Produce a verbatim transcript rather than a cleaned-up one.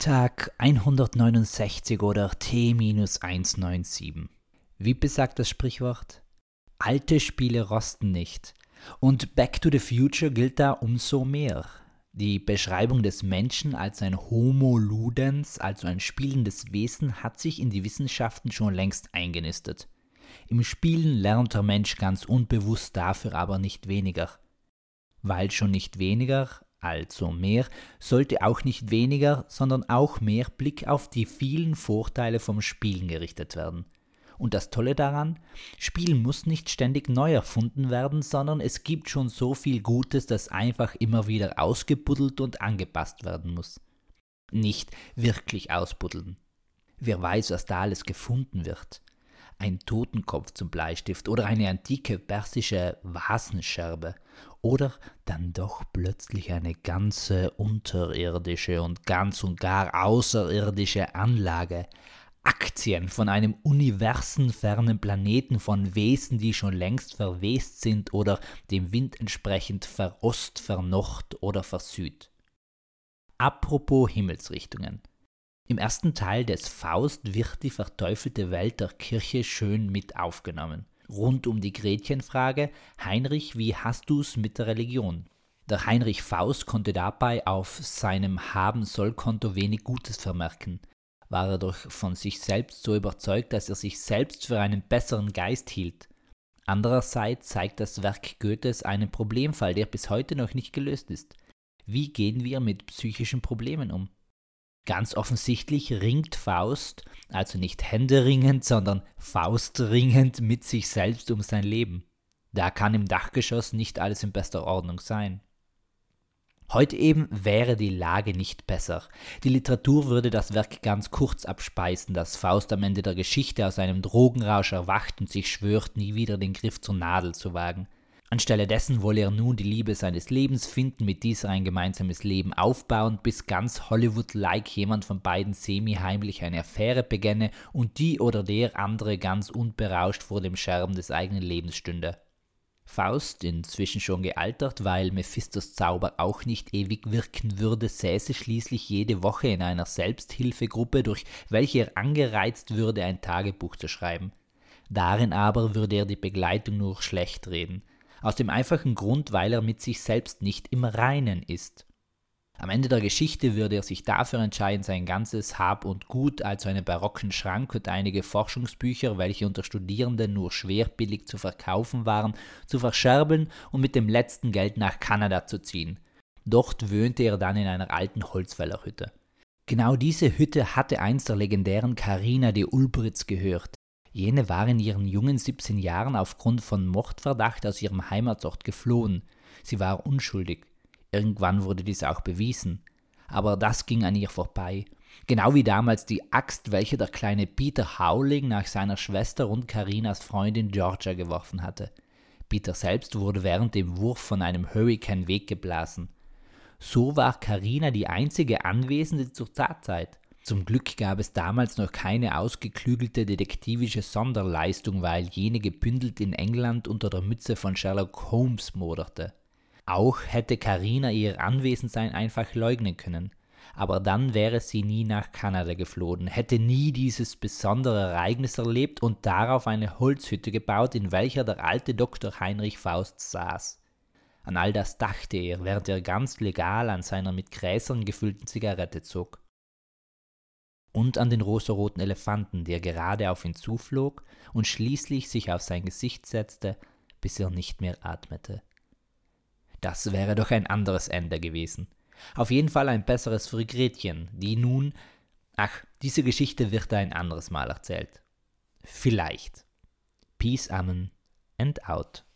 Tag hundertneunundsechzig oder T minus hundertsiebenundneunzig. Wie besagt das Sprichwort? Alte Spiele rosten nicht. Und Back to the Future gilt da umso mehr. Die Beschreibung des Menschen als ein Homo ludens, also ein spielendes Wesen, hat sich in die Wissenschaften schon längst eingenistet. Im Spielen lernt der Mensch ganz unbewusst, dafür aber nicht weniger. Weil schon nicht weniger, also mehr, sollte auch nicht weniger, sondern auch mehr Blick auf die vielen Vorteile vom Spielen gerichtet werden. Und das Tolle daran, Spielen muss nicht ständig neu erfunden werden, sondern es gibt schon so viel Gutes, das einfach immer wieder ausgebuddelt und angepasst werden muss. Nicht wirklich ausbuddeln. Wer weiß, was da alles gefunden wird. Ein Totenkopf zum Bleistift oder eine antike persische Vasenscherbe oder dann doch plötzlich eine ganze unterirdische und ganz und gar außerirdische Anlage. Aktien von einem universenfernen Planeten von Wesen, die schon längst verwest sind oder dem Wind entsprechend verost, vernocht oder versüd. Apropos Himmelsrichtungen. Im ersten Teil des Faust wird die verteufelte Welt der Kirche schön mit aufgenommen. Rund um die Gretchenfrage: Heinrich, wie hast du's mit der Religion? Der Heinrich Faust konnte dabei auf seinem Haben-Soll-Konto wenig Gutes vermerken. War er doch von sich selbst so überzeugt, dass er sich selbst für einen besseren Geist hielt. Andererseits zeigt das Werk Goethes einen Problemfall, der bis heute noch nicht gelöst ist. Wie gehen wir mit psychischen Problemen um? Ganz offensichtlich ringt Faust, also nicht händeringend, sondern faustringend mit sich selbst um sein Leben. Da kann im Dachgeschoss nicht alles in bester Ordnung sein. Heute eben wäre die Lage nicht besser. Die Literatur würde das Werk ganz kurz abspeisen, dass Faust am Ende der Geschichte aus einem Drogenrausch erwacht und sich schwört, nie wieder den Griff zur Nadel zu wagen. Anstelle dessen wolle er nun die Liebe seines Lebens finden, mit dieser ein gemeinsames Leben aufbauen, bis ganz Hollywood-like jemand von beiden semi-heimlich eine Affäre begänne und die oder der andere ganz unberauscht vor dem Scherben des eigenen Lebens stünde. Faust, inzwischen schon gealtert, weil Mephistos Zauber auch nicht ewig wirken würde, säße schließlich jede Woche in einer Selbsthilfegruppe, durch welche er angereizt würde, ein Tagebuch zu schreiben. Darin aber würde er die Begleitung nur schlecht reden. Aus dem einfachen Grund, weil er mit sich selbst nicht im Reinen ist. Am Ende der Geschichte würde er sich dafür entscheiden, sein ganzes Hab und Gut, also einen barocken Schrank und einige Forschungsbücher, welche unter Studierenden nur schwer billig zu verkaufen waren, zu verscherbeln und mit dem letzten Geld nach Kanada zu ziehen. Dort wohnte er dann in einer alten Holzfällerhütte. Genau diese Hütte hatte einst der legendären Carina de Ulbritz gehört. Jene war in ihren jungen siebzehn Jahren aufgrund von Mordverdacht aus ihrem Heimatort geflohen. Sie war unschuldig. Irgendwann wurde dies auch bewiesen. Aber das ging an ihr vorbei. Genau wie damals die Axt, welche der kleine Peter Howling nach seiner Schwester und Carinas Freundin Georgia geworfen hatte. Peter selbst wurde während dem Wurf von einem Hurrikan weggeblasen. So war Carina die einzige Anwesende zur Tatzeit. Zum Glück gab es damals noch keine ausgeklügelte detektivische Sonderleistung, weil jene gebündelt in England unter der Mütze von Sherlock Holmes moderte. Auch hätte Carina ihr Anwesensein einfach leugnen können, aber dann wäre sie nie nach Kanada geflohen, hätte nie dieses besondere Ereignis erlebt und darauf eine Holzhütte gebaut, in welcher der alte Doktor Heinrich Faust saß. An all das dachte er, während er ganz legal an seiner mit Gräsern gefüllten Zigarette zog. Und an den rosaroten Elefanten, der gerade auf ihn zuflog und schließlich sich auf sein Gesicht setzte, bis er nicht mehr atmete. Das wäre doch ein anderes Ende gewesen. Auf jeden Fall ein besseres für Gretchen, die nun... Ach, diese Geschichte wird ein anderes Mal erzählt. Vielleicht. Peace, Amen and out.